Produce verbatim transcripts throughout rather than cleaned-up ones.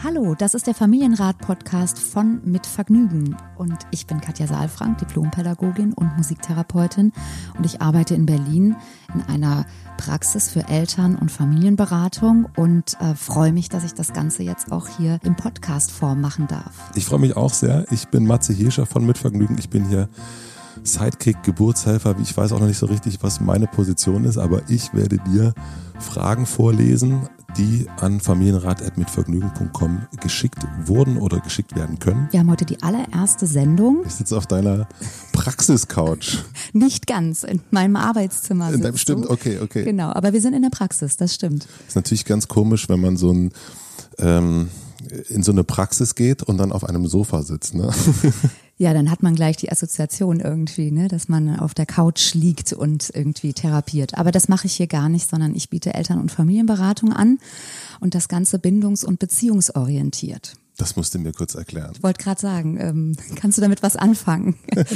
Hallo, das ist der Familienrat-Podcast von Mit Vergnügen und ich bin Katja Saalfrank, Diplompädagogin und Musiktherapeutin und ich arbeite in Berlin in einer Praxis für Eltern- und Familienberatung und äh, freue mich, dass ich das Ganze jetzt auch hier in Podcast-Form machen darf. Ich freue mich auch sehr. Ich bin Matze Hirscher von Mit Vergnügen. Ich bin hier Sidekick, Geburtshelfer. Ich weiß auch noch nicht so richtig, was meine Position ist, aber ich werde dir Fragen vorlesen, die an familienrat at mitvergnügen punkt com geschickt wurden oder geschickt werden können. Wir haben heute die allererste Sendung. Ich sitze auf deiner Praxis-Couch. Nicht ganz, in meinem Arbeitszimmer. In deinem, stimmt, okay, okay. Genau, aber wir sind in der Praxis, das stimmt. Ist natürlich ganz komisch, wenn man so ein ähm, in so eine Praxis geht und dann auf einem Sofa sitzt, ne? Ja, dann hat man gleich die Assoziation irgendwie, ne, dass man auf der Couch liegt und irgendwie therapiert. Aber das mache ich hier gar nicht, sondern ich biete Eltern- und Familienberatung an und das Ganze bindungs- und beziehungsorientiert. Das musst du mir kurz erklären. Ich wollte gerade sagen, ähm, kannst du damit was anfangen?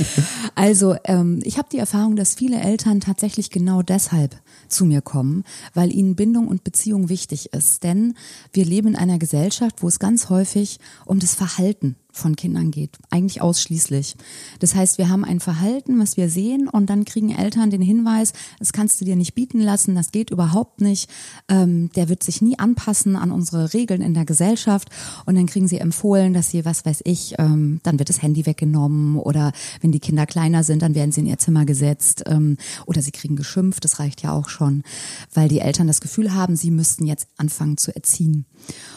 Also ähm, ich habe die Erfahrung, dass viele Eltern tatsächlich genau deshalb zu mir kommen, weil ihnen Bindung und Beziehung wichtig ist. Denn wir leben in einer Gesellschaft, wo es ganz häufig um das Verhalten von Kindern geht, eigentlich ausschließlich. Das heißt, wir haben ein Verhalten, was wir sehen und dann kriegen Eltern den Hinweis, das kannst du dir nicht bieten lassen, das geht überhaupt nicht, ähm, der wird sich nie anpassen an unsere Regeln in der Gesellschaft und dann kriegen sie empfohlen, dass sie, was weiß ich, ähm, dann wird das Handy weggenommen oder wenn die Kinder kleiner sind, dann werden sie in ihr Zimmer gesetzt ähm, oder sie kriegen geschimpft, das reicht ja auch schon, weil die Eltern das Gefühl haben, sie müssten jetzt anfangen zu erziehen.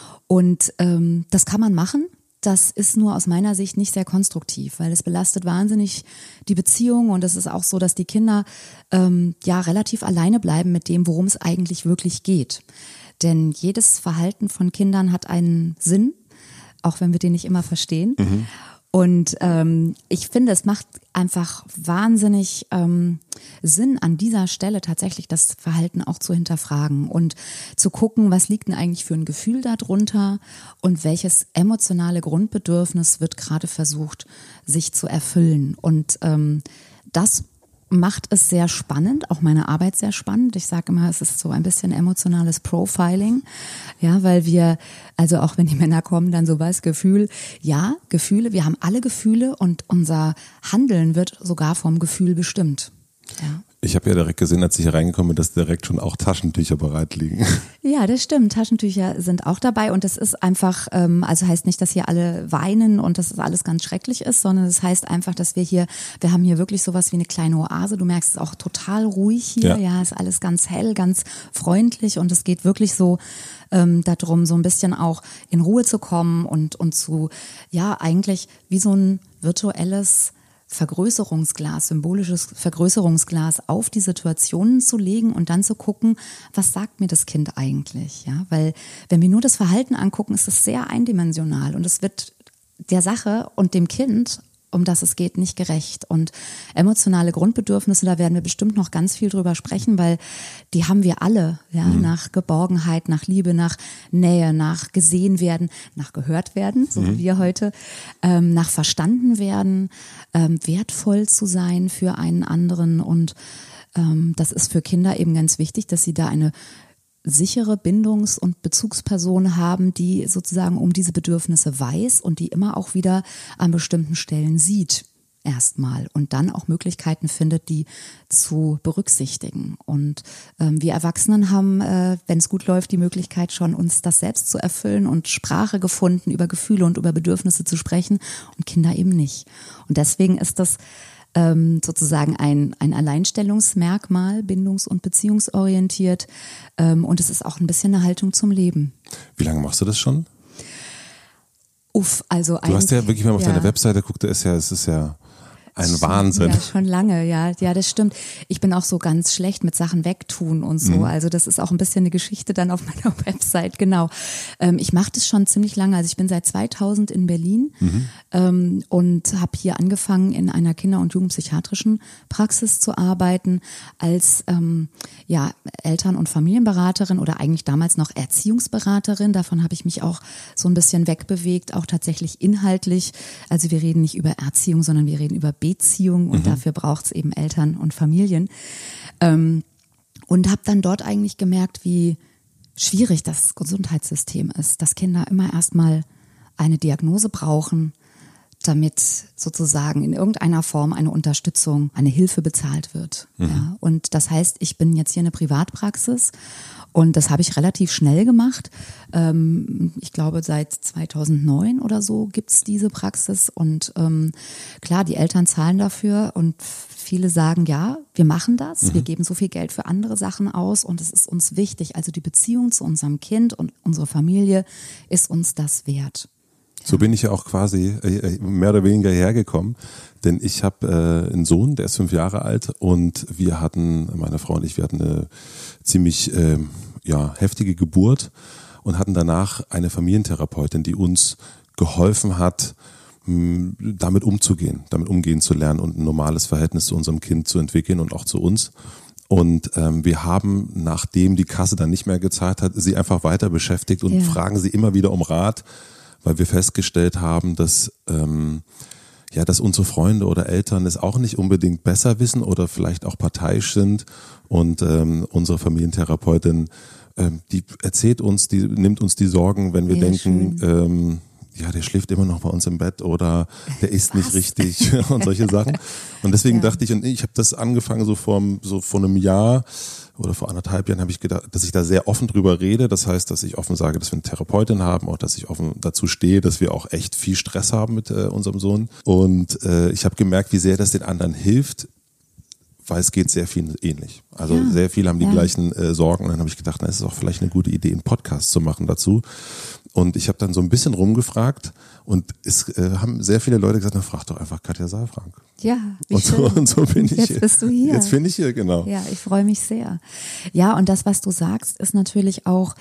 Und ähm, das kann man machen. Das ist nur aus meiner Sicht nicht sehr konstruktiv, weil es belastet wahnsinnig die Beziehung und es ist auch so, dass die Kinder ähm, ja relativ alleine bleiben mit dem, worum es eigentlich wirklich geht. Denn jedes Verhalten von Kindern hat einen Sinn, auch wenn wir den nicht immer verstehen. Mhm. Und ähm, ich finde, es macht einfach wahnsinnig ähm, Sinn, an dieser Stelle tatsächlich das Verhalten auch zu hinterfragen und zu gucken, was liegt denn eigentlich für ein Gefühl darunter und welches emotionale Grundbedürfnis wird gerade versucht, sich zu erfüllen. Und ähm, das macht es sehr spannend, auch meine Arbeit sehr spannend. Ich sage immer, es ist so ein bisschen emotionales Profiling, ja, weil wir, also auch wenn die Männer kommen, dann so das Gefühl, ja, Gefühle, wir haben alle Gefühle und unser Handeln wird sogar vom Gefühl bestimmt. Ja. Ich habe ja direkt gesehen, als ich hier reingekommen bin, dass direkt schon auch Taschentücher bereit liegen. Ja, das stimmt. Taschentücher sind auch dabei und das ist einfach, ähm, also heißt nicht, dass hier alle weinen und dass es alles ganz schrecklich ist, sondern es das heißt einfach, dass wir hier, wir haben hier wirklich sowas wie eine kleine Oase. Du merkst es auch total ruhig hier. Ja, ja, ist alles ganz hell, ganz freundlich und es geht wirklich so ähm, darum, so ein bisschen auch in Ruhe zu kommen und und zu, ja, eigentlich wie so ein virtuelles Vergrößerungsglas, symbolisches Vergrößerungsglas auf die Situationen zu legen und dann zu gucken, was sagt mir das Kind eigentlich? Ja, weil wenn wir nur das Verhalten angucken, ist es sehr eindimensional und es wird der Sache und dem Kind, um das es geht, nicht gerecht. Und emotionale Grundbedürfnisse, da werden wir bestimmt noch ganz viel drüber sprechen, weil die haben wir alle, ja, mhm. nach Geborgenheit, nach Liebe, nach Nähe, nach gesehen werden, nach gehört werden, so wie mhm. wir heute, ähm, nach verstanden werden, ähm, wertvoll zu sein für einen anderen. Und ähm, das ist für Kinder eben ganz wichtig, dass sie da eine sichere Bindungs- und Bezugsperson haben, die sozusagen um diese Bedürfnisse weiß und die immer auch wieder an bestimmten Stellen sieht erstmal und dann auch Möglichkeiten findet, die zu berücksichtigen. Und ähm, wir Erwachsenen haben, äh, wenn es gut läuft, die Möglichkeit schon, uns das selbst zu erfüllen und Sprache gefunden, über Gefühle und über Bedürfnisse zu sprechen und Kinder eben nicht. Und deswegen ist das Ähm, sozusagen ein, ein Alleinstellungsmerkmal, bindungs- und beziehungsorientiert. Ähm, und es ist auch ein bisschen eine Haltung zum Leben. Wie lange machst du das schon? Uff, also Du hast ja wirklich, wenn man auf ja. deine Webseite guckt, ist ja, es ist ja ein schon, Wahnsinn. Ja, schon lange, ja. Ja, das stimmt. Ich bin auch so ganz schlecht mit Sachen wegtun und so. Mhm. Also das ist auch ein bisschen eine Geschichte dann auf meiner Website, genau. Ähm, ich mache das schon ziemlich lange. Also ich bin seit zweitausend in Berlin mhm. ähm, und habe hier angefangen, in einer Kinder- und Jugendpsychiatrischen Praxis zu arbeiten als ähm, ja, Eltern- und Familienberaterin oder eigentlich damals noch Erziehungsberaterin. Davon habe ich mich auch so ein bisschen wegbewegt, auch tatsächlich inhaltlich. Also wir reden nicht über Erziehung, sondern wir reden über Beziehung und mhm. dafür braucht es eben Eltern und Familien. Ähm, und habe dann dort eigentlich gemerkt, wie schwierig das Gesundheitssystem ist, dass Kinder immer erstmal eine Diagnose brauchen, damit sozusagen in irgendeiner Form eine Unterstützung, eine Hilfe bezahlt wird. Mhm. Ja, und das heißt, ich bin jetzt hier eine Privatpraxis und das habe ich relativ schnell gemacht. Ähm, ich glaube, seit zweitausendneun oder so gibt's diese Praxis und ähm, klar, die Eltern zahlen dafür und viele sagen, ja, wir machen das, mhm. wir geben so viel Geld für andere Sachen aus und es ist uns wichtig. Also die Beziehung zu unserem Kind und unsere Familie ist uns das wert. So bin ich ja auch quasi mehr oder weniger hergekommen, denn ich habe äh, einen Sohn, der ist fünf Jahre alt und wir hatten, meine Frau und ich, wir hatten eine ziemlich äh, ja, heftige Geburt und hatten danach eine Familientherapeutin, die uns geholfen hat, mh, damit umzugehen, damit umgehen zu lernen und ein normales Verhältnis zu unserem Kind zu entwickeln und auch zu uns. Und ähm, wir haben, nachdem die Kasse dann nicht mehr gezahlt hat, sie einfach weiter beschäftigt und ja. fragen sie immer wieder um Rat, weil wir festgestellt haben, dass ähm, ja, dass unsere Freunde oder Eltern es auch nicht unbedingt besser wissen oder vielleicht auch parteiisch sind. Und ähm, unsere Familientherapeutin, ähm, die erzählt uns, die nimmt uns die Sorgen, wenn wir ja, denken, ähm, ja, der schläft immer noch bei uns im Bett oder der isst nicht richtig und solche Sachen. Und deswegen ja. dachte ich, und ich habe das angefangen so vor, so vor einem Jahr oder vor anderthalb Jahren habe ich gedacht, dass ich da sehr offen drüber rede. Das heißt, dass ich offen sage, dass wir eine Therapeutin haben, auch dass ich offen dazu stehe, dass wir auch echt viel Stress haben mit äh, unserem Sohn. Und äh, ich habe gemerkt, wie sehr das den anderen hilft, weil es geht sehr vielen ähnlich. Also ja, sehr viele haben die ja. gleichen äh, Sorgen. Und dann habe ich gedacht, na, es ist auch vielleicht eine gute Idee, einen Podcast zu machen dazu. Und ich habe dann so ein bisschen rumgefragt und es äh, haben sehr viele Leute gesagt, na, frag doch einfach Katja Saalfrank. Ja, wie und so, schön. Und so bin ich Jetzt hier. bist du hier. Jetzt bin ich hier, genau. Ja, ich freue mich sehr. Ja, und das, was du sagst, ist natürlich auch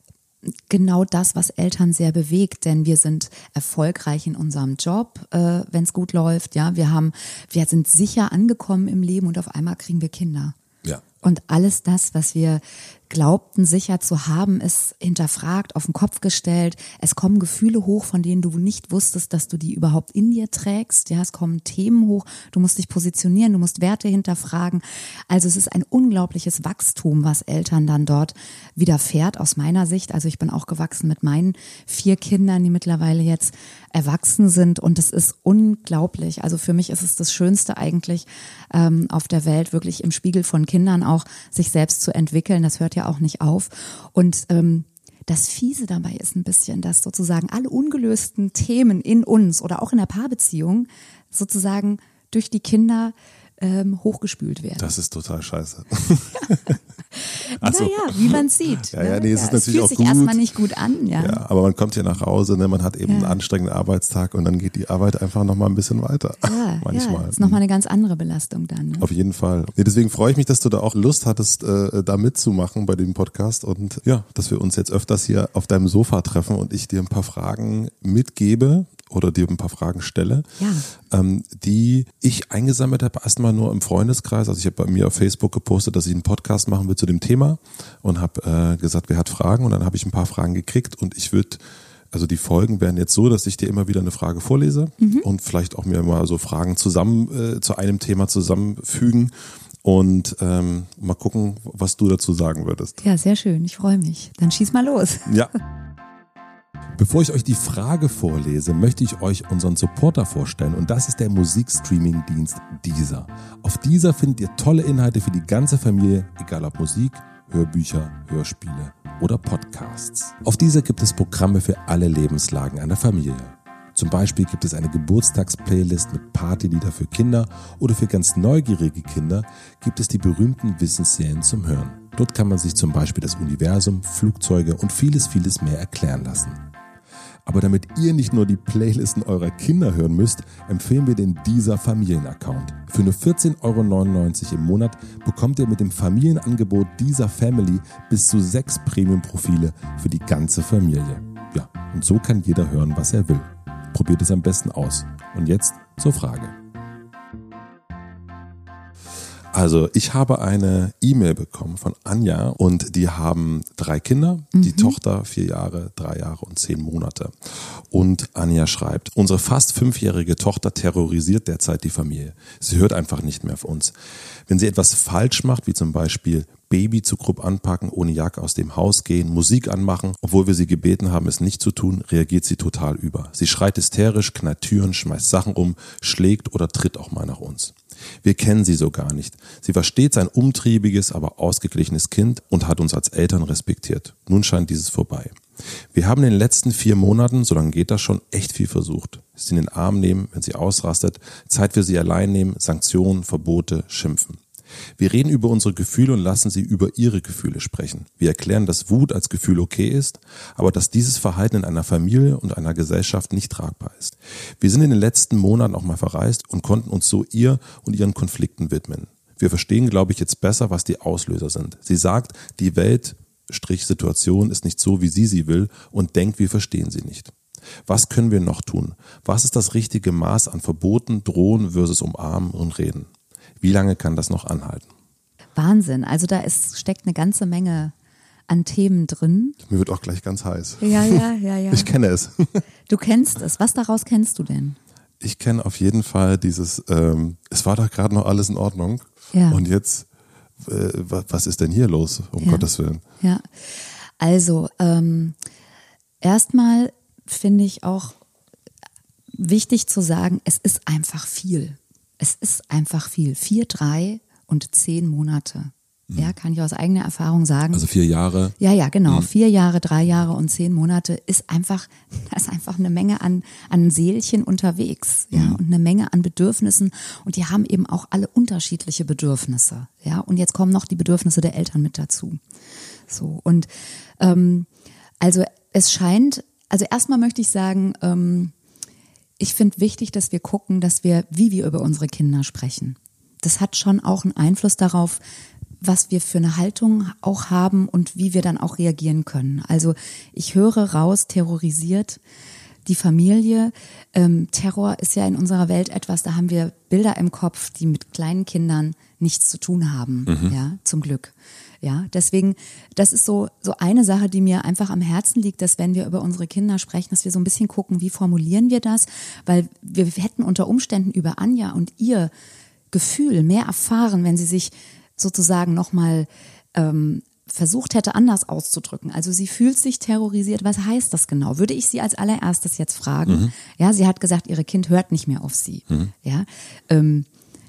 genau das, was Eltern sehr bewegt, denn wir sind erfolgreich in unserem Job, äh, wenn es gut läuft. Ja, wir haben, wir sind sicher angekommen im Leben und auf einmal kriegen wir Kinder. Ja. Und alles das, was wir glaubten sicher zu haben, ist hinterfragt, auf den Kopf gestellt. Es kommen Gefühle hoch, von denen du nicht wusstest, dass du die überhaupt in dir trägst. Ja, es kommen Themen hoch. Du musst dich positionieren, du musst Werte hinterfragen. Also es ist ein unglaubliches Wachstum, was Eltern dann dort widerfährt, aus meiner Sicht. Also ich bin auch gewachsen mit meinen vier Kindern, die mittlerweile jetzt erwachsen sind. Und es ist unglaublich. Also für mich ist es das Schönste eigentlich ähm, auf der Welt, wirklich im Spiegel von Kindern auch sich selbst zu entwickeln. Das hört ja auch nicht auf. Und ähm, das Fiese dabei ist ein bisschen, dass sozusagen alle ungelösten Themen in uns oder auch in der Paarbeziehung sozusagen durch die Kinder ähm, hochgespült werden. Das ist total scheiße. Also, naja, wie man sieht. Ja, ja, nee, es ja, ist natürlich auch gut. Es fühlt sich gut. erstmal nicht gut an. Ja. ja, aber man kommt hier nach Hause, ne, man hat eben ja. einen anstrengenden Arbeitstag und dann geht die Arbeit einfach nochmal ein bisschen weiter. Ja, manchmal. Ja, ist nochmal eine ganz andere Belastung dann. Ne? Auf jeden Fall. Nee, deswegen freue ich mich, dass du da auch Lust hattest, äh, da mitzumachen bei dem Podcast und ja, dass wir uns jetzt öfters hier auf deinem Sofa treffen und ich dir ein paar Fragen mitgebe oder dir ein paar Fragen stelle, ja. ähm, die ich eingesammelt habe, erstmal nur im Freundeskreis. Also ich habe bei mir auf Facebook gepostet, dass ich einen Podcast machen will zu dem Thema und habe äh, gesagt, wer hat Fragen, und dann habe ich ein paar Fragen gekriegt und ich würde, also die Folgen wären jetzt so, dass ich dir immer wieder eine Frage vorlese mhm. und vielleicht auch mir mal so Fragen zusammen äh, zu einem Thema zusammenfügen und ähm, mal gucken, was du dazu sagen würdest. Ja, sehr schön, ich freue mich. Dann schieß mal los. Ja. Bevor ich euch die Frage vorlese, möchte ich euch unseren Supporter vorstellen, und das ist der Musikstreaming-Dienst Deezer. Auf Deezer findet ihr tolle Inhalte für die ganze Familie, egal ob Musik, Hörbücher, Hörspiele oder Podcasts. Auf Deezer gibt es Programme für alle Lebenslagen einer Familie. Zum Beispiel gibt es eine Geburtstagsplaylist mit Partylieder für Kinder, oder für ganz neugierige Kinder gibt es die berühmten Wissensserien zum Hören. Dort kann man sich zum Beispiel das Universum, Flugzeuge und vieles, vieles mehr erklären lassen. Aber damit ihr nicht nur die Playlisten eurer Kinder hören müsst, empfehlen wir den Deezer Familienaccount. Für nur vierzehn Euro neunundneunzig im Monat bekommt ihr mit dem Familienangebot Deezer Family bis zu sechs Premium-Profile für die ganze Familie. Ja, und so kann jeder hören, was er will. Probiert es am besten aus. Und jetzt zur Frage. Also ich habe eine E-Mail bekommen von Anja und die haben drei Kinder, die mhm. Tochter vier Jahre, drei Jahre und zehn Monate. Und Anja schreibt, unsere fast fünfjährige Tochter terrorisiert derzeit die Familie. Sie hört einfach nicht mehr auf uns. Wenn sie etwas falsch macht, wie zum Beispiel Baby zu grob anpacken, ohne Jacke aus dem Haus gehen, Musik anmachen, obwohl wir sie gebeten haben, es nicht zu tun, reagiert sie total über. Sie schreit hysterisch, knallt Türen, schmeißt Sachen um, schlägt oder tritt auch mal nach uns. Wir kennen sie so gar nicht. Sie war stets ein umtriebiges, aber ausgeglichenes Kind und hat uns als Eltern respektiert. Nun scheint dieses vorbei. Wir haben in den letzten vier Monaten, so lange geht das schon, echt viel versucht. Sie in den Arm nehmen, wenn sie ausrastet, Zeit für sie allein nehmen, Sanktionen, Verbote, Schimpfen. Wir reden über unsere Gefühle und lassen sie über ihre Gefühle sprechen. Wir erklären, dass Wut als Gefühl okay ist, aber dass dieses Verhalten in einer Familie und einer Gesellschaft nicht tragbar ist. Wir sind in den letzten Monaten auch mal verreist und konnten uns so ihr und ihren Konflikten widmen. Wir verstehen, glaube ich, jetzt besser, was die Auslöser sind. Sie sagt, die Welt, Strich Situation, ist nicht so, wie sie sie will und denkt, wir verstehen sie nicht. Was können wir noch tun? Was ist das richtige Maß an Verboten, Drohen versus Umarmen und Reden? Wie lange kann das noch anhalten? Wahnsinn, also da ist, steckt eine ganze Menge an Themen drin. Mir wird auch gleich ganz heiß. Ja, ja, ja, ja. Ich kenne es. Du kennst es. Was daraus kennst du denn? Ich kenne auf jeden Fall dieses, ähm, es war doch gerade noch alles in Ordnung. Ja. Und jetzt, äh, was ist denn hier los, um ja. Gottes Willen? Ja, also ähm, erstmal finde ich auch wichtig zu sagen, es ist einfach viel. Es ist einfach viel. Vier, drei und zehn Monate. Mhm. Ja, kann ich aus eigener Erfahrung sagen. Also vier Jahre. Ja, ja, genau. Mhm. Vier Jahre, drei Jahre und zehn Monate ist einfach, da ist einfach eine Menge an, an Seelchen unterwegs. Ja, mhm. und eine Menge an Bedürfnissen. Und die haben eben auch alle unterschiedliche Bedürfnisse. Ja, und jetzt kommen noch die Bedürfnisse der Eltern mit dazu. So, und ähm, also es scheint, also erstmal möchte ich sagen, ähm, ich finde wichtig, dass wir gucken, dass wir, wie wir über unsere Kinder sprechen. Das hat schon auch einen Einfluss darauf, was wir für eine Haltung auch haben und wie wir dann auch reagieren können. Also ich höre raus, terrorisiert die Familie. Ähm, Terror ist ja in unserer Welt etwas, da haben wir Bilder im Kopf, die mit kleinen Kindern nichts zu tun haben, mhm. ja, zum Glück. Ja, deswegen, das ist so, so eine Sache, die mir einfach am Herzen liegt, dass wenn wir über unsere Kinder sprechen, dass wir so ein bisschen gucken, wie formulieren wir das, weil wir hätten unter Umständen über Anja und ihr Gefühl mehr erfahren, wenn sie sich sozusagen nochmal ähm, versucht hätte, anders auszudrücken. Also sie fühlt sich terrorisiert. Was heißt das genau? Würde ich sie als allererstes jetzt fragen? Mhm. Ja, sie hat gesagt, ihre Kind hört nicht mehr auf sie. Mhm. Ja, ähm,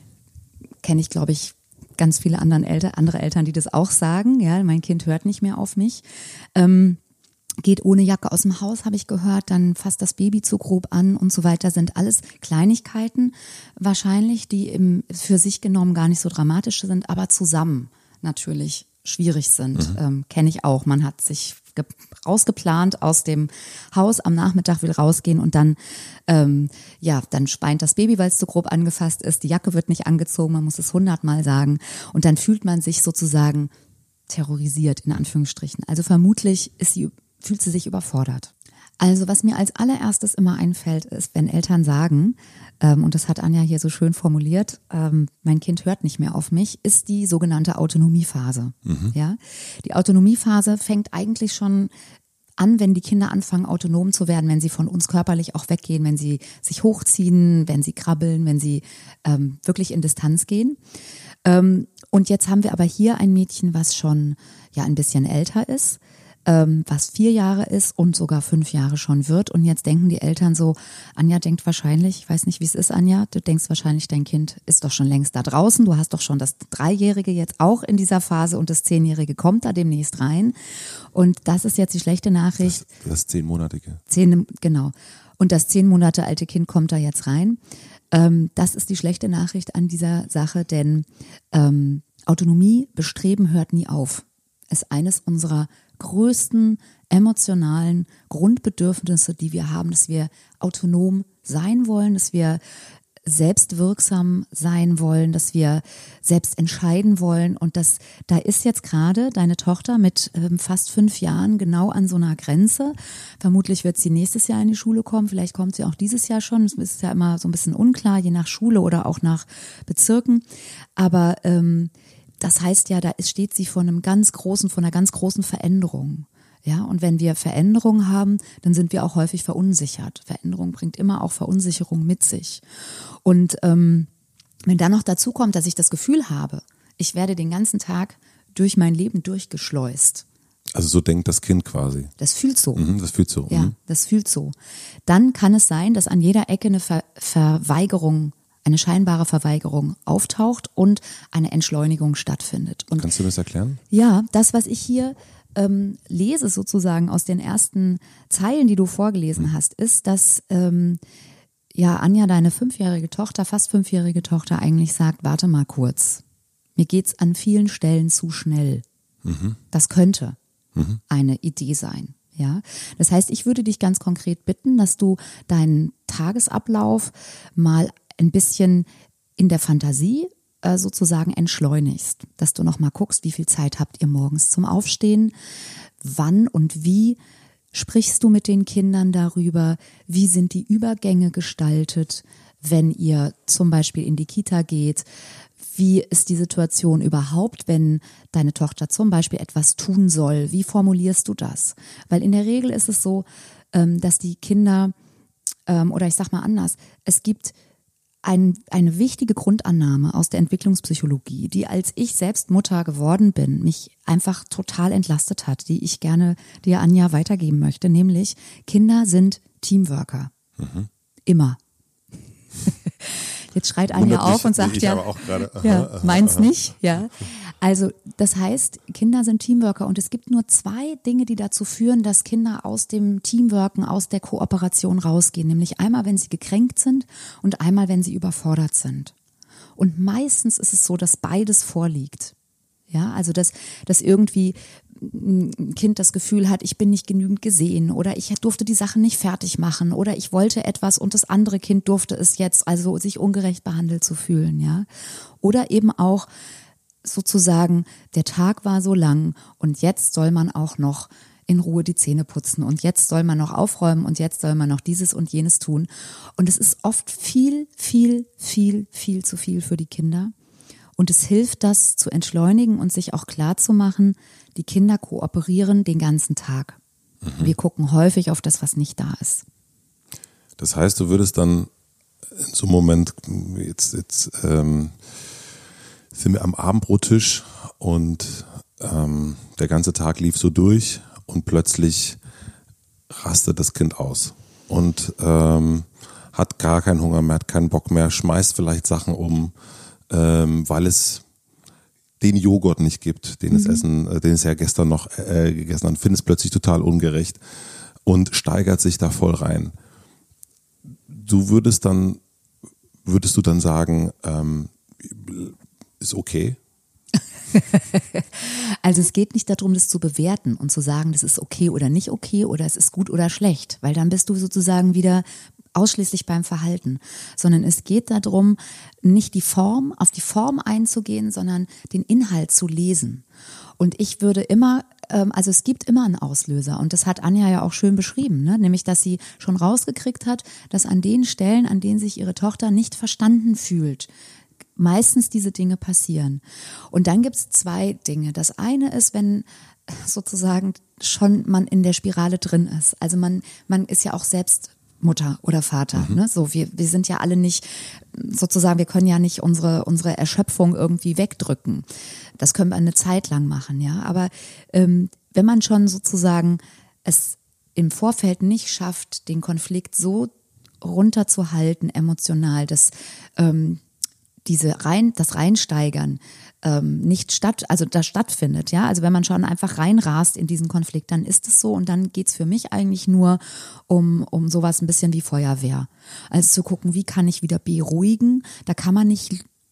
kenne ich, glaube ich, ganz viele anderen Eltern, andere Eltern, die das auch sagen. Ja, mein Kind hört nicht mehr auf mich. Ähm, geht ohne Jacke aus dem Haus, habe ich gehört, dann fasst das Baby zu grob an und so weiter. Sind alles Kleinigkeiten wahrscheinlich, die im, für sich genommen gar nicht so dramatisch sind, aber zusammen natürlich schwierig sind. Mhm. Ähm, kenne ich auch. Man hat sich ge- rausgeplant aus dem Haus, am Nachmittag will rausgehen und dann ähm, ja, dann speint das Baby, weil es zu grob angefasst ist. Die Jacke wird nicht angezogen, man muss es hundertmal sagen. Und dann fühlt man sich sozusagen terrorisiert, in Anführungsstrichen. Also vermutlich ist sie, fühlt sie sich überfordert. Also was mir als allererstes immer einfällt, ist, wenn Eltern sagen, ähm, und das hat Anja hier so schön formuliert, ähm, mein Kind hört nicht mehr auf mich, ist die sogenannte Autonomiephase. Mhm. Ja? Die Autonomiephase fängt eigentlich schon an, wenn die Kinder anfangen, autonom zu werden, wenn sie von uns körperlich auch weggehen, wenn sie sich hochziehen, wenn sie krabbeln, wenn sie ähm, wirklich in Distanz gehen. Ähm, und jetzt haben wir aber hier ein Mädchen, was schon ja ein bisschen älter ist, ähm, was vier Jahre ist und sogar fünf Jahre schon wird. Und jetzt denken die Eltern so, Anja denkt wahrscheinlich, ich weiß nicht, wie es ist, Anja, du denkst wahrscheinlich, dein Kind ist doch schon längst da draußen. Du hast doch schon das Dreijährige jetzt auch in dieser Phase und das Zehnjährige kommt da demnächst rein. Und das ist jetzt die schlechte Nachricht. Das, das Zehnmonatige. Zehn, genau. Und das zehn Monate alte Kind kommt da jetzt rein. Ähm, das ist die schlechte Nachricht an dieser Sache, denn ähm, Autonomie, Bestreben hört nie auf. Ist eines unserer größten emotionalen Grundbedürfnisse, die wir haben, dass wir autonom sein wollen, dass wir selbstwirksam sein wollen, dass wir selbst entscheiden wollen und das, da ist jetzt gerade deine Tochter mit ähm, fast fünf Jahren genau an so einer Grenze. Vermutlich wird sie nächstes Jahr in die Schule kommen, vielleicht kommt sie auch dieses Jahr schon. Es ist ja immer so ein bisschen unklar, je nach Schule oder auch nach Bezirken. Aber ähm, das heißt ja, da ist, steht sie vor einem ganz großen, vor einer ganz großen Veränderung. Ja, und wenn wir Veränderung haben, dann sind wir auch häufig verunsichert. Veränderung bringt immer auch Verunsicherung mit sich. Und ähm, wenn dann noch dazu kommt, dass ich das Gefühl habe, ich werde den ganzen Tag durch mein Leben durchgeschleust. Also so denkt das Kind quasi. Das fühlt so. Mhm, das fühlt so. Ja, Mhm. das fühlt so. Dann kann es sein, dass an jeder Ecke eine Ver- Verweigerung, eine scheinbare Verweigerung auftaucht und eine Entschleunigung stattfindet. Und Kannst du das erklären? ja, das, was ich hier ähm, lese sozusagen aus den ersten Zeilen, die du vorgelesen hast, ist, dass ähm, ja Anja, deine fünfjährige Tochter, fast fünfjährige Tochter eigentlich sagt, warte mal kurz, mir geht's an vielen Stellen zu schnell. Mhm. Das könnte mhm. eine Idee sein. Ja, das heißt, ich würde dich ganz konkret bitten, dass du deinen Tagesablauf mal ein bisschen in der Fantasie sozusagen entschleunigst, dass du noch mal guckst, wie viel Zeit habt ihr morgens zum Aufstehen, wann und wie sprichst du mit den Kindern darüber, wie sind die Übergänge gestaltet, wenn ihr zum Beispiel in die Kita geht, wie ist die Situation überhaupt, wenn deine Tochter zum Beispiel etwas tun soll, wie formulierst du das? Weil in der Regel ist es so, dass die Kinder, oder ich sag mal anders, es gibt Ein, eine wichtige Grundannahme aus der Entwicklungspsychologie, die als ich selbst Mutter geworden bin, mich einfach total entlastet hat, die ich gerne dir, Anja, weitergeben möchte, nämlich Kinder sind Teamworker. Mhm. Immer. Jetzt schreit Anja auf und sagt, ja, aber auch gerade, aha, ja aha, meins aha. nicht, ja. Also das heißt, Kinder sind Teamworker und es gibt nur zwei Dinge, die dazu führen, dass Kinder aus dem Teamworken, aus der Kooperation rausgehen. Nämlich einmal, wenn sie gekränkt sind und einmal, wenn sie überfordert sind. Und meistens ist es so, dass beides vorliegt. Ja, also dass, dass irgendwie ein Kind das Gefühl hat, ich bin nicht genügend gesehen oder ich durfte die Sachen nicht fertig machen oder ich wollte etwas und das andere Kind durfte es jetzt, also sich ungerecht behandelt zu fühlen, ja. Oder eben auch sozusagen, der Tag war so lang und jetzt soll man auch noch in Ruhe die Zähne putzen und jetzt soll man noch aufräumen und jetzt soll man noch dieses und jenes tun. Und es ist oft viel, viel, viel, viel zu viel für die Kinder. Und es hilft, das zu entschleunigen und sich auch klar zu machen, die Kinder kooperieren den ganzen Tag. Mhm. Wir gucken häufig auf das, was nicht da ist. Das heißt, du würdest dann in so einem Moment, jetzt, jetzt ähm, sind wir am Abendbrottisch und ähm, der ganze Tag lief so durch und plötzlich rastet das Kind aus und ähm, hat gar keinen Hunger mehr, hat keinen Bock mehr, schmeißt vielleicht Sachen um, ähm, weil es den Joghurt nicht gibt, den mhm. es essen, äh, den es ja gestern noch äh, gegessen hat, findet es plötzlich total ungerecht und steigert sich da voll rein. Du würdest dann, würdest du dann sagen, ähm, ist okay? Also es geht nicht darum, das zu bewerten und zu sagen, das ist okay oder nicht okay oder es ist gut oder schlecht, weil dann bist du sozusagen wieder ausschließlich beim Verhalten, sondern es geht darum, nicht die Form, auf die Form einzugehen, sondern den Inhalt zu lesen. Und ich würde immer, also es gibt immer einen Auslöser und das hat Anja ja auch schön beschrieben, ne? Nämlich, dass sie schon rausgekriegt hat, dass an den Stellen, an denen sich ihre Tochter nicht verstanden fühlt, meistens diese Dinge passieren. Und dann gibt es zwei Dinge. Das eine ist, wenn sozusagen schon man in der Spirale drin ist. Also man, man ist ja auch selbst Mutter oder Vater. Mhm. Ne? So, wir, wir sind ja alle nicht, sozusagen, wir können ja nicht unsere, unsere Erschöpfung irgendwie wegdrücken. Das können wir eine Zeit lang machen, ja. Aber ähm, wenn man schon sozusagen es im Vorfeld nicht schafft, den Konflikt so runterzuhalten, emotional, dass ähm, diese rein, das Reinsteigern ähm, nicht statt, also das stattfindet, ja. Also wenn man schon einfach reinrast in diesen Konflikt, dann ist es so und dann geht's für mich eigentlich nur um, um sowas ein bisschen wie Feuerwehr. Also zu gucken, wie kann ich wieder beruhigen? Da kann man nicht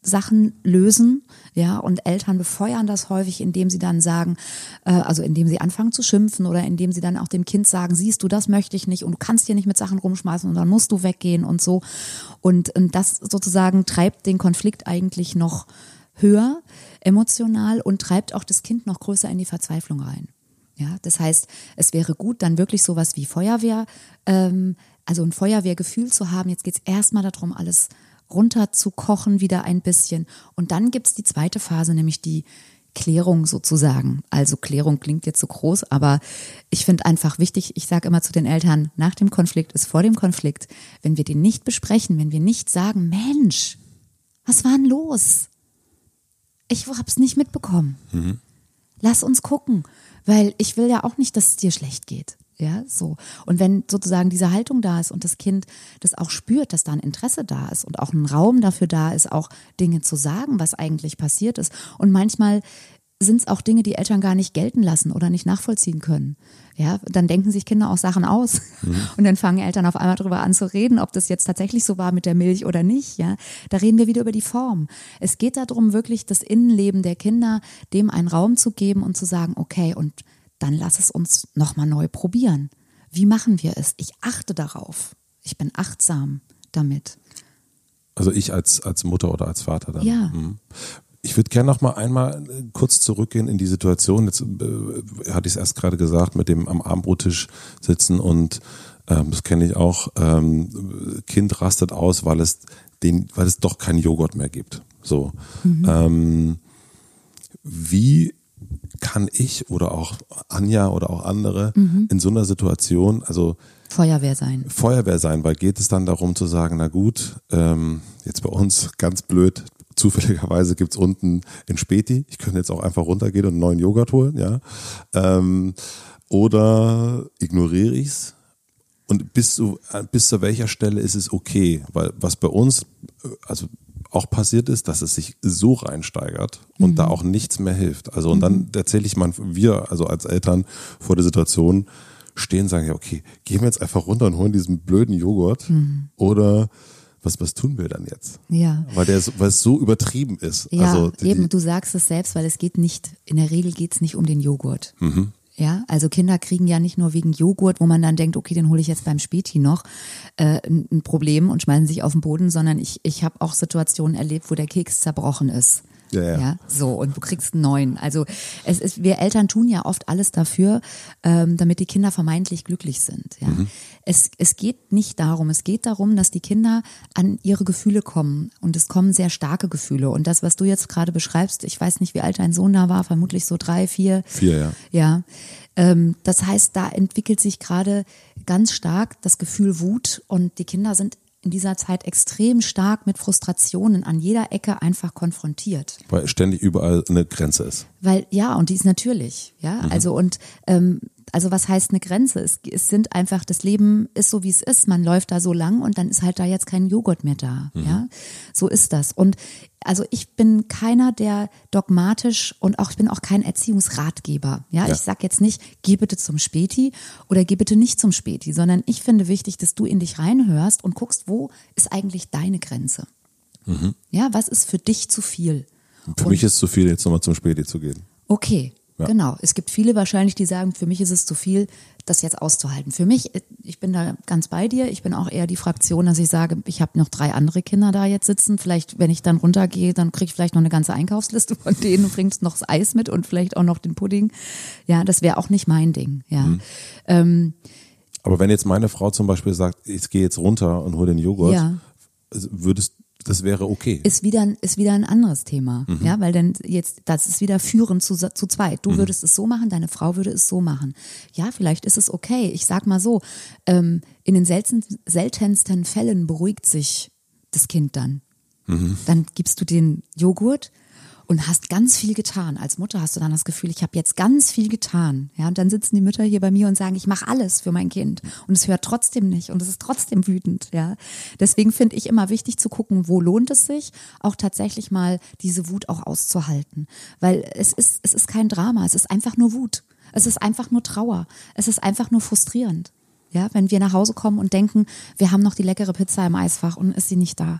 Sachen lösen, ja, und Eltern befeuern das häufig, indem sie dann sagen, äh, also indem sie anfangen zu schimpfen oder indem sie dann auch dem Kind sagen, siehst du, das möchte ich nicht und du kannst hier nicht mit Sachen rumschmeißen und dann musst du weggehen und so. Und, und das sozusagen treibt den Konflikt eigentlich noch höher, emotional und treibt auch das Kind noch größer in die Verzweiflung rein. Ja, das heißt, es wäre gut, dann wirklich sowas wie Feuerwehr, ähm, also ein Feuerwehrgefühl zu haben. Jetzt geht es erstmal darum, alles runterzukochen wieder ein bisschen. Und dann gibt's die zweite Phase, nämlich die Klärung sozusagen. Also Klärung klingt jetzt so groß, aber ich finde einfach wichtig, ich sage immer zu den Eltern, nach dem Konflikt ist vor dem Konflikt. Wenn wir den nicht besprechen, wenn wir nicht sagen, Mensch, was war denn los? Ich hab's nicht mitbekommen. Mhm. Lass uns gucken, weil ich will ja auch nicht, dass es dir schlecht geht. Ja, so. Und wenn sozusagen diese Haltung da ist und das Kind das auch spürt, dass da ein Interesse da ist und auch ein Raum dafür da ist, auch Dinge zu sagen, was eigentlich passiert ist. Und manchmal sind es auch Dinge, die Eltern gar nicht gelten lassen oder nicht nachvollziehen können. Ja, dann denken sich Kinder auch Sachen aus. Mhm. Und dann fangen Eltern auf einmal darüber an zu reden, ob das jetzt tatsächlich so war mit der Milch oder nicht. Ja, da reden wir wieder über die Form. Es geht darum, wirklich das Innenleben der Kinder, dem einen Raum zu geben und zu sagen, okay, und dann lass es uns nochmal neu probieren. Wie machen wir es? Ich achte darauf. Ich bin achtsam damit. Also ich als, als Mutter oder als Vater dann. Ja. Ich würde gerne noch mal einmal kurz zurückgehen in die Situation. Jetzt äh, hatte ich es erst gerade gesagt, mit dem am Abendbrottisch sitzen und ähm, das kenne ich auch. Ähm, Kind rastet aus, weil es den, weil es doch keinen Joghurt mehr gibt. So. Mhm. Ähm, wie kann ich oder auch Anja oder auch andere mhm. in so einer Situation, also Feuerwehr sein. Feuerwehr sein, weil geht es dann darum zu sagen, na gut, ähm, jetzt bei uns ganz blöd, zufälligerweise gibt's unten in Späti, ich könnte jetzt auch einfach runtergehen und einen neuen Joghurt holen, ja, ähm, oder ignoriere ich's und bis zu, bis zu welcher Stelle ist es okay, weil was bei uns, also auch passiert ist, dass es sich so reinsteigert und mhm. da auch nichts mehr hilft. Also und dann tatsächlich man, wir, also als Eltern vor der Situation stehen und sagen, ja okay, gehen wir jetzt einfach runter und holen diesen blöden Joghurt mhm. oder was, was tun wir dann jetzt? Ja. Weil der, weil es so übertrieben ist. Ja, also die, eben, du sagst es selbst, weil es geht nicht, in der Regel geht es nicht um den Joghurt. Mhm. Ja, also Kinder kriegen ja nicht nur wegen Joghurt, wo man dann denkt, okay, den hole ich jetzt beim Späti noch, äh, ein, ein Problem und schmeißen sich auf den Boden, sondern ich, ich habe auch Situationen erlebt, wo der Keks zerbrochen ist. Ja, ja. ja, so und du kriegst einen neuen. Also es ist, wir Eltern tun ja oft alles dafür, ähm, damit die Kinder vermeintlich glücklich sind. Ja, mhm. es es geht nicht darum. Es geht darum, dass die Kinder an ihre Gefühle kommen und es kommen sehr starke Gefühle. Und das, was du jetzt gerade beschreibst, ich weiß nicht, wie alt dein Sohn da war, vermutlich so drei, vier. Vier, ja. Ja. Ähm, das heißt, da entwickelt sich gerade ganz stark das Gefühl Wut und die Kinder sind in dieser Zeit extrem stark mit Frustrationen an jeder Ecke einfach konfrontiert. Weil ständig überall eine Grenze ist. Weil, ja, und die ist natürlich, ja, mhm. also und, ähm, also was heißt eine Grenze? Es, es sind einfach, das Leben ist so, wie es ist, man läuft da so lang und dann ist halt da jetzt kein Joghurt mehr da, mhm. ja, so ist das. Und also ich bin keiner, der dogmatisch und auch ich bin auch kein Erziehungsratgeber. Ja, ja. Ich sag jetzt nicht, geh bitte zum Späti oder geh bitte nicht zum Späti, sondern ich finde wichtig, dass du in dich reinhörst und guckst, wo ist eigentlich deine Grenze? Mhm. Ja, was ist für dich zu viel? Für und, mich ist es zu viel, jetzt nochmal zum Späti zu gehen. Okay. Ja. Genau, es gibt viele wahrscheinlich, die sagen, für mich ist es zu viel, das jetzt auszuhalten. Für mich, ich bin da ganz bei dir, ich bin auch eher die Fraktion, dass ich sage, ich habe noch drei andere Kinder da jetzt sitzen, vielleicht, wenn ich dann runtergehe, dann kriege ich vielleicht noch eine ganze Einkaufsliste von denen und bringst noch das Eis mit und vielleicht auch noch den Pudding. Ja, das wäre auch nicht mein Ding, ja. Mhm. Ähm, Aber wenn jetzt meine Frau zum Beispiel sagt, ich gehe jetzt runter und hole den Joghurt, ja. würdest das wäre okay. Ist wieder ein, ist wieder ein anderes Thema, mhm. ja, weil dann jetzt, das ist wieder führend zu, zu zweit. Du mhm. würdest es so machen, deine Frau würde es so machen. Ja, vielleicht ist es okay. Ich sag mal so, ähm, in den selten, seltensten Fällen beruhigt sich das Kind dann. Mhm. Dann gibst du den Joghurt und hast ganz viel getan. Als Mutter hast du dann das Gefühl, ich habe jetzt ganz viel getan. Ja, und dann sitzen die Mütter hier bei mir und sagen, ich mache alles für mein Kind. Und es hört trotzdem nicht und es ist trotzdem wütend. Ja, deswegen finde ich immer wichtig zu gucken, wo lohnt es sich, auch tatsächlich mal diese Wut auch auszuhalten. Weil es ist, es ist kein Drama, es ist einfach nur Wut. Es ist einfach nur Trauer. Es ist einfach nur frustrierend. Ja, wenn wir nach Hause kommen und denken, wir haben noch die leckere Pizza im Eisfach und ist sie nicht da.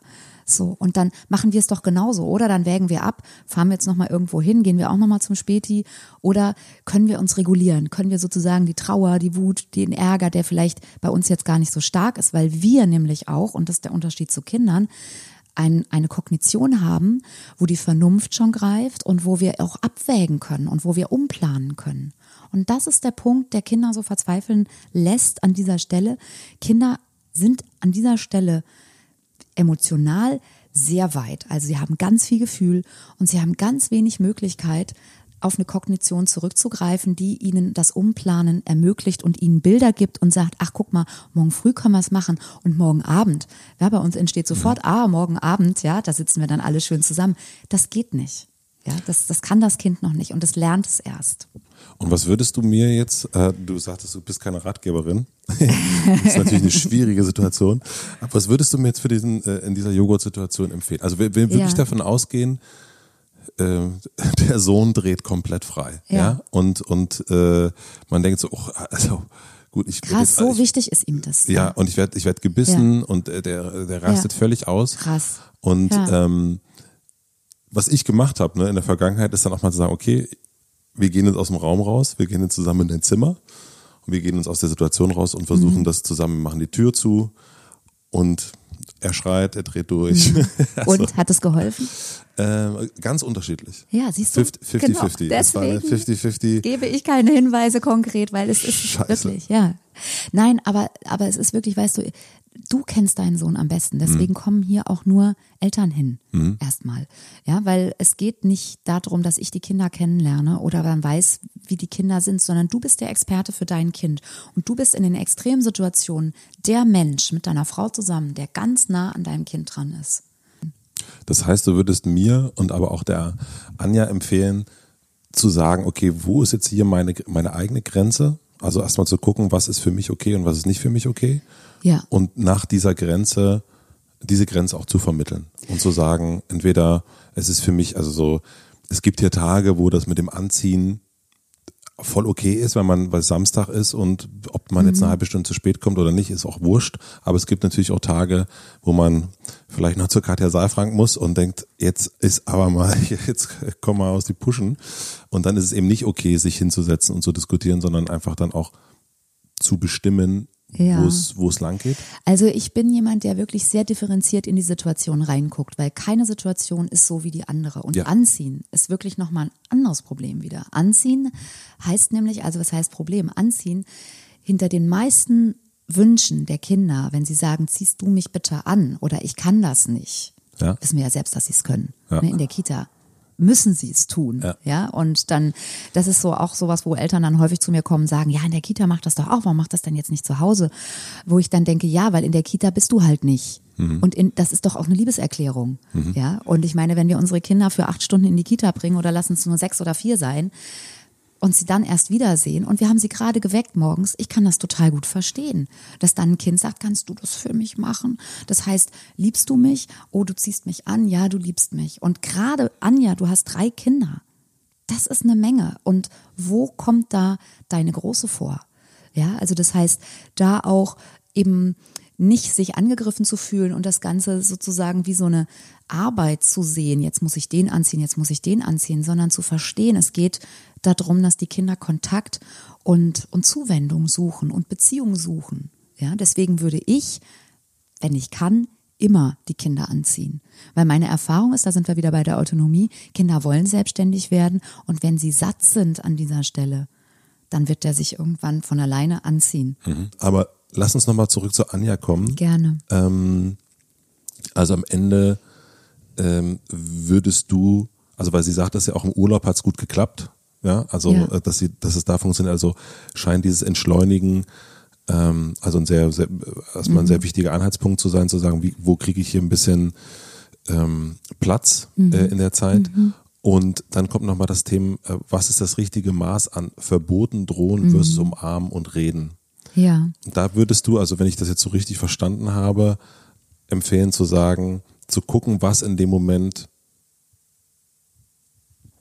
So, und dann machen wir es doch genauso, oder? Dann wägen wir ab, fahren wir jetzt nochmal irgendwo hin, gehen wir auch nochmal zum Späti, oder können wir uns regulieren? Können wir sozusagen die Trauer, die Wut, den Ärger, der vielleicht bei uns jetzt gar nicht so stark ist, weil wir nämlich auch, und das ist der Unterschied zu Kindern, ein, eine Kognition haben, wo die Vernunft schon greift und wo wir auch abwägen können und wo wir umplanen können. Und das ist der Punkt, der Kinder so verzweifeln lässt an dieser Stelle. Kinder sind an dieser Stelle emotional sehr weit. Also sie haben ganz viel Gefühl und sie haben ganz wenig Möglichkeit, auf eine Kognition zurückzugreifen, die ihnen das Umplanen ermöglicht und ihnen Bilder gibt und sagt, ach guck mal, morgen früh können wir es machen und morgen Abend. Ja, bei uns entsteht sofort, ja. ah, morgen Abend, ja, da sitzen wir dann alle schön zusammen. Das geht nicht. Ja, das, das kann das Kind noch nicht und es lernt es erst. Und was würdest du mir jetzt, äh, du sagtest, du bist keine Ratgeberin, das ist natürlich eine schwierige Situation, aber was würdest du mir jetzt für diesen, äh, in dieser Joghurt-Situation empfehlen? Also wir, wir wirklich ja. davon ausgehen, äh, der Sohn dreht komplett frei, ja, ja? und und äh, man denkt so, oh, also gut, ich krass, jetzt, so ich, wichtig ist ihm das. Ja, ja. und ich werde ich werd gebissen ja. und äh, der der rastet ja. völlig aus. Krass. Und ja. ähm, was ich gemacht habe, ne, in der Vergangenheit, ist dann auch mal zu sagen, okay, wir gehen jetzt aus dem Raum raus, wir gehen jetzt zusammen in dein Zimmer und wir gehen uns aus der Situation raus und versuchen mhm. das zusammen, machen die Tür zu und er schreit, er dreht durch. Mhm. also, und hat es geholfen? Äh, ganz unterschiedlich. Ja, siehst du? fünfzig genau, fünfzig. Das war fünfzig fünfzig. Gebe ich keine Hinweise konkret, weil es ist Scheiße. wirklich, ja. Nein, aber, aber es ist wirklich, weißt du, du kennst deinen Sohn am besten, deswegen mhm. kommen hier auch nur Eltern hin, mhm. erstmal. Ja, weil es geht nicht darum, dass ich die Kinder kennenlerne oder dann weiß, wie die Kinder sind, sondern du bist der Experte für dein Kind und du bist in den extremen Situationen der Mensch mit deiner Frau zusammen, der ganz nah an deinem Kind dran ist. Das heißt, du würdest mir und aber auch der Anja empfehlen, zu sagen, okay, wo ist jetzt hier meine, meine eigene Grenze? Also erstmal zu gucken, was ist für mich okay und was ist nicht für mich okay. Ja. Und nach dieser Grenze, diese Grenze auch zu vermitteln und zu sagen, entweder es ist für mich, also so, es gibt hier Tage, wo das mit dem Anziehen voll okay ist, wenn man, weil es Samstag ist und ob man mhm. jetzt eine halbe Stunde zu spät kommt oder nicht, ist auch wurscht. Aber es gibt natürlich auch Tage, wo man vielleicht noch zur Katja Saalfrank muss und denkt, jetzt ist aber mal, jetzt komm mal aus die Puschen. Und dann ist es eben nicht okay, sich hinzusetzen und zu diskutieren, sondern einfach dann auch zu bestimmen, ja. wo es wo es lang geht? Also ich bin jemand, der wirklich sehr differenziert in die Situation reinguckt, weil keine Situation ist so wie die andere. Und ja. Anziehen ist wirklich nochmal ein anderes Problem wieder. Anziehen heißt nämlich, also was heißt Problem? Anziehen, hinter den meisten Wünschen der Kinder, wenn sie sagen, ziehst du mich bitte an oder ich kann das nicht, ja. wissen wir ja selbst, dass sie es können, ja. ne, in der Kita. Müssen sie es tun, ja. ja, und dann, das ist so auch sowas, wo Eltern dann häufig zu mir kommen und sagen, ja, in der Kita macht das doch auch, warum macht das denn jetzt nicht zu Hause? Wo ich dann denke, ja, weil in der Kita bist du halt nicht. Mhm. Und in, das ist doch auch eine Liebeserklärung, mhm. ja, und ich meine, wenn wir unsere Kinder für acht Stunden in die Kita bringen oder lassen es nur sechs oder vier sein und sie dann erst wiedersehen und wir haben sie gerade geweckt morgens, ich kann das total gut verstehen, dass dann ein Kind sagt, kannst du das für mich machen? Das heißt, liebst du mich? Oh, du ziehst mich an, ja, du liebst mich. Und gerade, Anja, du hast drei Kinder. Das ist eine Menge. Und wo kommt da deine Große vor? Ja, also das heißt, da auch eben nicht sich angegriffen zu fühlen und das Ganze sozusagen wie so eine Arbeit zu sehen, jetzt muss ich den anziehen, jetzt muss ich den anziehen, sondern zu verstehen, es geht darum, dass die Kinder Kontakt und, und Zuwendung suchen und Beziehung suchen. Ja, deswegen würde ich, wenn ich kann, immer die Kinder anziehen. Weil meine Erfahrung ist, da sind wir wieder bei der Autonomie, Kinder wollen selbstständig werden und wenn sie satt sind an dieser Stelle, dann wird der sich irgendwann von alleine anziehen. Mhm. Aber lass uns nochmal zurück zu Anja kommen. Gerne. Ähm, also am Ende ähm, würdest du, also weil sie sagt, dass ja auch im Urlaub hat es gut geklappt, ja, also ja. dass sie, dass es da funktioniert, also scheint dieses Entschleunigen, ähm, also ein sehr, sehr erstmal ein mhm. sehr wichtiger Anhaltspunkt zu sein, zu sagen, wie, wo kriege ich hier ein bisschen ähm, Platz mhm. äh, in der Zeit. Mhm. Und dann kommt nochmal das Thema, äh, was ist das richtige Maß an Verboten, Drohen mhm. versus Umarmen und Reden? Ja. Da würdest du, also wenn ich das jetzt so richtig verstanden habe, empfehlen zu sagen, zu gucken, was in dem Moment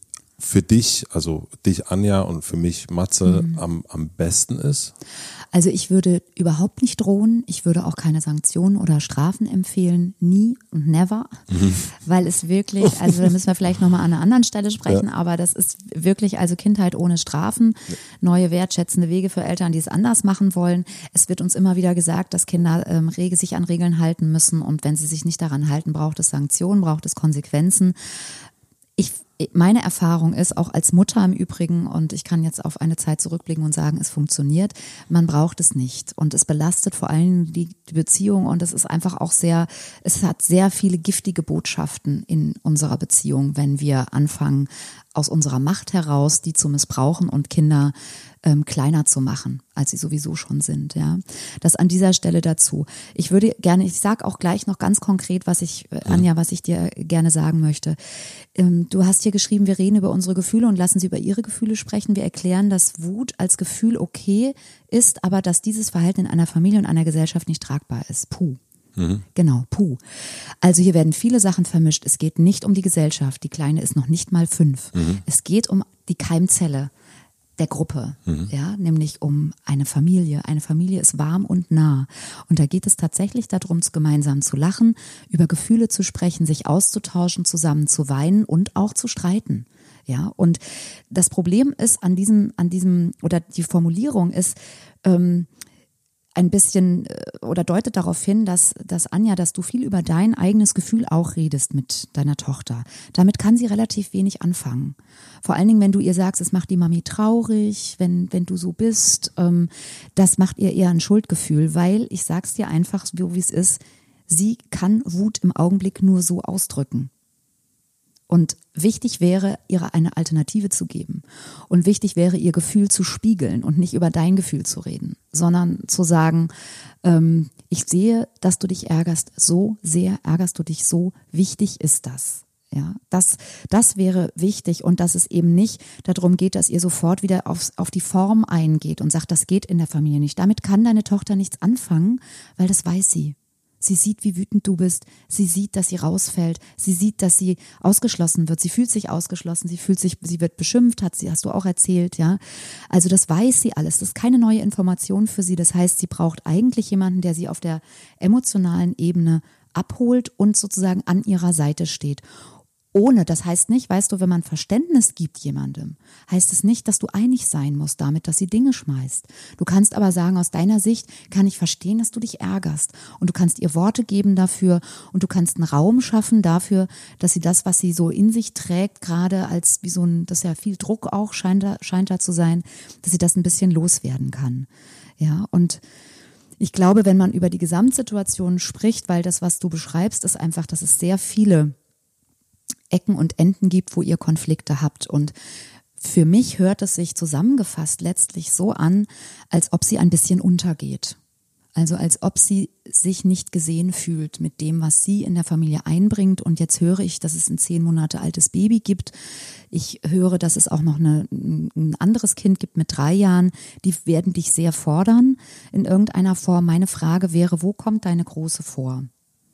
für dich, also dich Anja und für mich Matze mhm. am, am besten ist? Also ich würde überhaupt nicht drohen, ich würde auch keine Sanktionen oder Strafen empfehlen, nie und never, mhm. weil es wirklich, also da müssen wir vielleicht nochmal an einer anderen Stelle sprechen, ja. aber das ist wirklich also Kindheit ohne Strafen, ja. neue wertschätzende Wege für Eltern, die es anders machen wollen. Es wird uns immer wieder gesagt, dass Kinder ähm, rege sich an Regeln halten müssen und wenn sie sich nicht daran halten, braucht es Sanktionen, braucht es Konsequenzen. Ich Meine Erfahrung ist, auch als Mutter im Übrigen, und ich kann jetzt auf eine Zeit zurückblicken und sagen, es funktioniert, man braucht es nicht. Und es belastet vor allem die, die Beziehung und es ist einfach auch sehr, es hat sehr viele giftige Botschaften in unserer Beziehung, wenn wir anfangen, aus unserer Macht heraus, die zu missbrauchen und Kinder ähm, kleiner zu machen, als sie sowieso schon sind. Ja, das an dieser Stelle dazu. Ich würde gerne, ich sage auch gleich noch ganz konkret, was ich, äh, Anja, was ich dir gerne sagen möchte. Ähm, du hast hier geschrieben, wir reden über unsere Gefühle und lassen sie über ihre Gefühle sprechen. Wir erklären, dass Wut als Gefühl okay ist, aber dass dieses Verhalten in einer Familie und einer Gesellschaft nicht tragbar ist. Puh. Mhm. Genau, puh. Also hier werden viele Sachen vermischt. Es geht nicht um die Gesellschaft. Die Kleine ist noch nicht mal fünf. Mhm. Es geht um die Keimzelle der Gruppe, mhm. ja, nämlich um eine Familie. Eine Familie ist warm und nah. Und da geht es tatsächlich darum, gemeinsam zu lachen, über Gefühle zu sprechen, sich auszutauschen, zusammen zu weinen und auch zu streiten. Ja, und das Problem ist an diesem, an diesem, oder die Formulierung ist, ähm, ein bisschen oder deutet darauf hin, dass, dass Anja, dass du viel über dein eigenes Gefühl auch redest mit deiner Tochter. Damit kann sie relativ wenig anfangen. Vor allen Dingen, wenn du ihr sagst, es macht die Mami traurig, wenn, wenn du so bist, ähm, das macht ihr eher ein Schuldgefühl, weil, ich sag's dir einfach, so wie es ist, sie kann Wut im Augenblick nur so ausdrücken. Und wichtig wäre, ihr eine Alternative zu geben. Und wichtig wäre, ihr Gefühl zu spiegeln und nicht über dein Gefühl zu reden, sondern zu sagen, ähm, ich sehe, dass du dich ärgerst, so sehr ärgerst du dich, so wichtig ist das. Ja, das, das wäre wichtig und dass es eben nicht darum geht, dass ihr sofort wieder aufs, auf die Form eingeht und sagt, das geht in der Familie nicht. Damit kann deine Tochter nichts anfangen, weil das weiß sie. Sie sieht, wie wütend du bist. Sie sieht, dass sie rausfällt. Sie sieht, dass sie ausgeschlossen wird. Sie fühlt sich ausgeschlossen. Sie fühlt sich, sie wird beschimpft, hat sie, hast du auch erzählt, ja. Also das weiß sie alles. Das ist keine neue Information für sie. Das heißt, sie braucht eigentlich jemanden, der sie auf der emotionalen Ebene abholt und sozusagen an ihrer Seite steht. Ohne, das heißt nicht, weißt du, wenn man Verständnis gibt jemandem, heißt es nicht, dass du einig sein musst damit, dass sie Dinge schmeißt. Du kannst aber sagen, aus deiner Sicht kann ich verstehen, dass du dich ärgerst. Und du kannst ihr Worte geben dafür und du kannst einen Raum schaffen dafür, dass sie das, was sie so in sich trägt, gerade als wie so ein, das ist ja viel Druck auch, scheint da, scheint da zu sein, dass sie das ein bisschen loswerden kann. Ja, und ich glaube, wenn man über die Gesamtsituation spricht, weil das, was du beschreibst, ist einfach, dass es sehr viele Ecken und Enden gibt, wo ihr Konflikte habt. Und für mich hört es sich zusammengefasst letztlich so an, als ob sie ein bisschen untergeht. Also als ob sie sich nicht gesehen fühlt mit dem, was sie in der Familie einbringt. Und jetzt höre ich, dass es ein zehn Monate altes Baby gibt. Ich höre, dass es auch noch eine, ein anderes Kind gibt mit drei Jahren. Die werden dich sehr fordern in irgendeiner Form. Meine Frage wäre, wo kommt deine Große vor?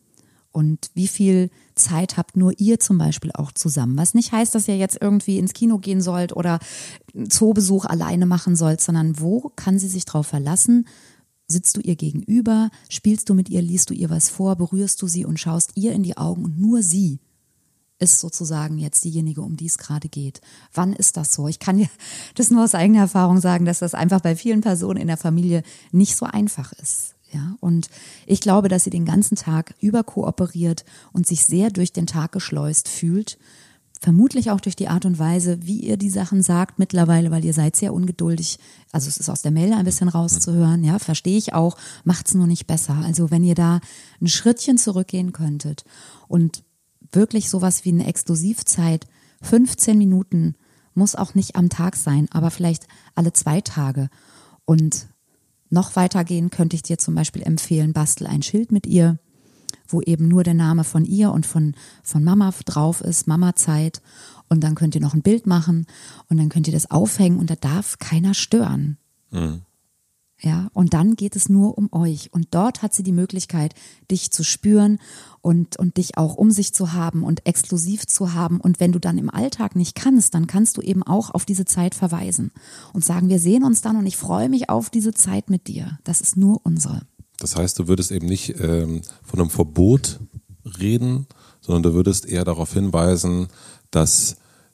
Und wie viel Zeit habt nur ihr zum Beispiel auch zusammen? Was nicht heißt, dass ihr jetzt irgendwie ins Kino gehen sollt oder einen Zoobesuch alleine machen sollt, sondern wo kann sie sich drauf verlassen? Sitzt du ihr gegenüber? Spielst du mit ihr? Liest du ihr was vor? Berührst du sie und schaust ihr in die Augen? Und nur sie ist sozusagen jetzt diejenige, um die es gerade geht. Wann ist das so? Ich kann dir das nur aus eigener Erfahrung sagen, dass das einfach bei vielen Personen in der Familie nicht so einfach ist. Ja, und ich glaube, dass sie den ganzen Tag überkooperiert und sich sehr durch den Tag geschleust fühlt. Vermutlich auch durch die Art und Weise, wie ihr die Sachen sagt mittlerweile, weil ihr seid sehr ungeduldig. Also es ist aus der Mail ein bisschen rauszuhören, ja, verstehe ich auch, macht's nur nicht besser. Also wenn ihr da ein Schrittchen zurückgehen könntet und wirklich sowas wie eine Exklusivzeit, fünfzehn Minuten, muss auch nicht am Tag sein, aber vielleicht alle zwei Tage. Und noch weitergehen könnte ich dir zum Beispiel empfehlen, bastel ein Schild mit ihr, wo eben nur der Name von ihr und von, von Mama drauf ist, Mama-Zeit. Und dann könnt ihr noch ein Bild machen und dann könnt ihr das aufhängen und da darf keiner stören. Mhm. Ja, und dann geht es nur um euch. Und dort hat sie die Möglichkeit, dich zu spüren und, und dich auch um sich zu haben und exklusiv zu haben. Und wenn du dann im Alltag nicht kannst, dann kannst du eben auch auf diese Zeit verweisen und sagen, wir sehen uns dann und ich freue mich auf diese Zeit mit dir. Das ist nur unsere. Das heißt, du würdest eben nicht ähm, von einem Verbot reden, sondern du würdest eher darauf hinweisen, dass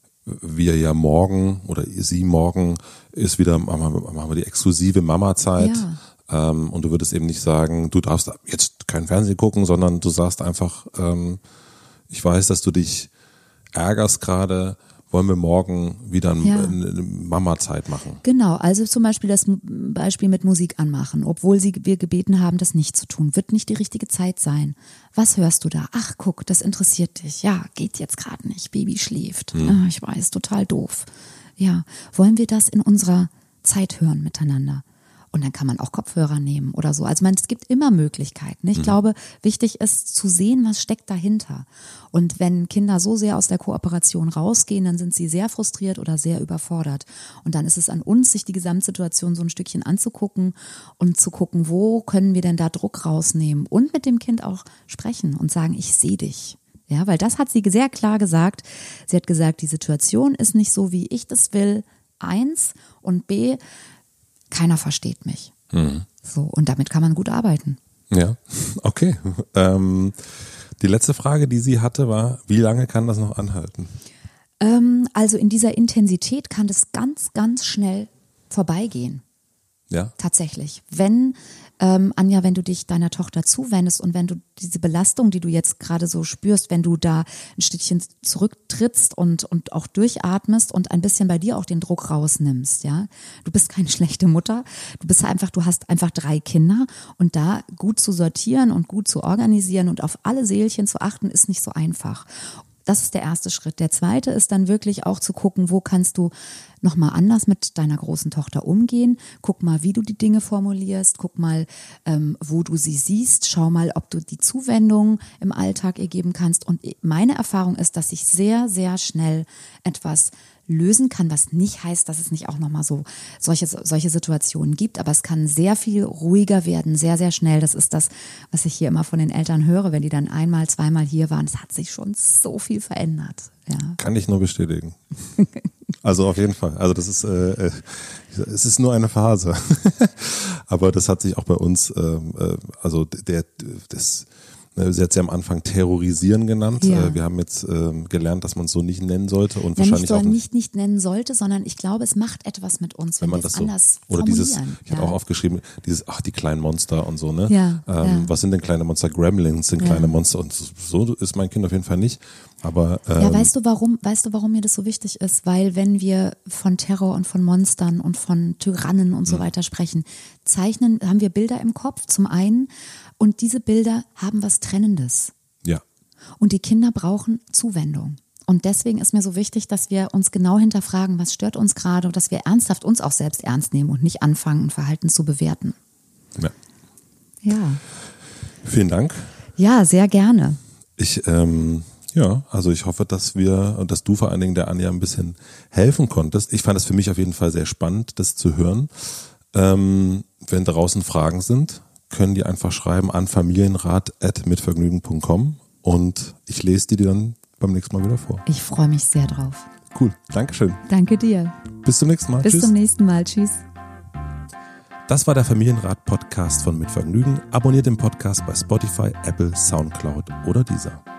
wir ja morgen oder sie morgen ist wieder, machen wir die exklusive Mama-Zeit. Ja. Ähm, und du würdest eben nicht sagen, du darfst jetzt kein Fernsehen gucken, sondern du sagst einfach, ähm, ich weiß, dass du dich ärgerst gerade, wollen wir morgen wieder ein, ja. eine Mama-Zeit machen. Genau, also zum Beispiel das Beispiel mit Musik anmachen, obwohl sie, wir gebeten haben, das nicht zu tun, wird nicht die richtige Zeit sein. Was hörst du da? Ach, guck, das interessiert dich. Ja, geht jetzt gerade nicht, Baby schläft. Hm. Ah, ich weiß, total doof. Ja, wollen wir das in unserer Zeit hören miteinander? Und dann kann man auch Kopfhörer nehmen oder so. Also man, es gibt immer Möglichkeiten. Ich mhm. glaube, wichtig ist zu sehen, was steckt dahinter. Und wenn Kinder so sehr aus der Kooperation rausgehen, dann sind sie sehr frustriert oder sehr überfordert. Und dann ist es an uns, sich die Gesamtsituation so ein Stückchen anzugucken und zu gucken, wo können wir denn da Druck rausnehmen und mit dem Kind auch sprechen und sagen, ich sehe dich. Ja, weil das hat sie sehr klar gesagt. Sie hat gesagt, die Situation ist nicht so, wie ich das will. Eins und B, keiner versteht mich. Mhm. So, und damit kann man gut arbeiten. Ja, okay. Ähm, die letzte Frage, die sie hatte, war, wie lange kann das noch anhalten? Ähm, also in dieser Intensität kann das ganz, ganz schnell vorbeigehen. Ja. Tatsächlich. Wenn, ähm, Anja, wenn du dich deiner Tochter zuwendest und wenn du diese Belastung, die du jetzt gerade so spürst, wenn du da ein Stückchen zurücktrittst und, und auch durchatmest und ein bisschen bei dir auch den Druck rausnimmst, ja. Du bist keine schlechte Mutter. Du bist einfach, du hast einfach drei Kinder und da gut zu sortieren und gut zu organisieren und auf alle Seelchen zu achten, ist nicht so einfach. Das ist der erste Schritt. Der zweite ist dann wirklich auch zu gucken, wo kannst du nochmal anders mit deiner großen Tochter umgehen. Guck mal, wie du die Dinge formulierst. Guck mal, ähm, wo du sie siehst. Schau mal, ob du die Zuwendung im Alltag ihr geben kannst. Und meine Erfahrung ist, dass sich sehr, sehr schnell etwas lösen kann, was nicht heißt, dass es nicht auch nochmal so solche, solche Situationen gibt, aber es kann sehr viel ruhiger werden, sehr, sehr schnell. Das ist das, was ich hier immer von den Eltern höre, wenn die dann einmal, zweimal hier waren. Es hat sich schon so viel verändert. Ja. Kann ich nur bestätigen. Also auf jeden Fall. Also das ist, äh, es ist nur eine Phase. Aber das hat sich auch bei uns, äh, also der, das, sie hat sie am Anfang terrorisieren genannt. Ja. Wir haben jetzt ähm, gelernt, dass man es so nicht nennen sollte und ja, wahrscheinlich nicht, so, auch nicht nicht nennen sollte, sondern ich glaube, es macht etwas mit uns, wenn, wenn man wir es das anders so, oder dieses, ich ja. hatte auch aufgeschrieben, dieses, ach die kleinen Monster und so, ne? Ja, ähm, ja. Was sind denn kleine Monster? Gremlins sind ja. kleine Monster und so ist mein Kind auf jeden Fall nicht. Aber ähm, ja, weißt du warum? Weißt du, warum mir das so wichtig ist? Weil wenn wir von Terror und von Monstern und von Tyrannen und so weiter sprechen, zeichnen, haben wir Bilder im Kopf zum einen und diese Bilder haben was Trennendes. Ja. Und die Kinder brauchen Zuwendung. Und deswegen ist mir so wichtig, dass wir uns genau hinterfragen, was stört uns gerade und dass wir ernsthaft uns auch selbst ernst nehmen und nicht anfangen, Verhalten zu bewerten. Ja. Ja. Vielen Dank. Ja, sehr gerne. Ich, ähm, ja, also ich hoffe, dass wir und dass du vor allen Dingen der Anja ein bisschen helfen konntest. Ich fand es für mich auf jeden Fall sehr spannend, das zu hören. Ähm, wenn draußen Fragen sind, können die einfach schreiben an familienrat at mitvergnügen punkt com und ich lese die dir dann beim nächsten Mal wieder vor. Ich freue mich sehr drauf. Cool, Dankeschön. Danke dir. Bis zum nächsten Mal. Bis Tschüss. zum nächsten Mal. Tschüss. Das war der Familienrat-Podcast von Mit Vergnügen. Abonniert den Podcast bei Spotify, Apple, Soundcloud oder Deezer.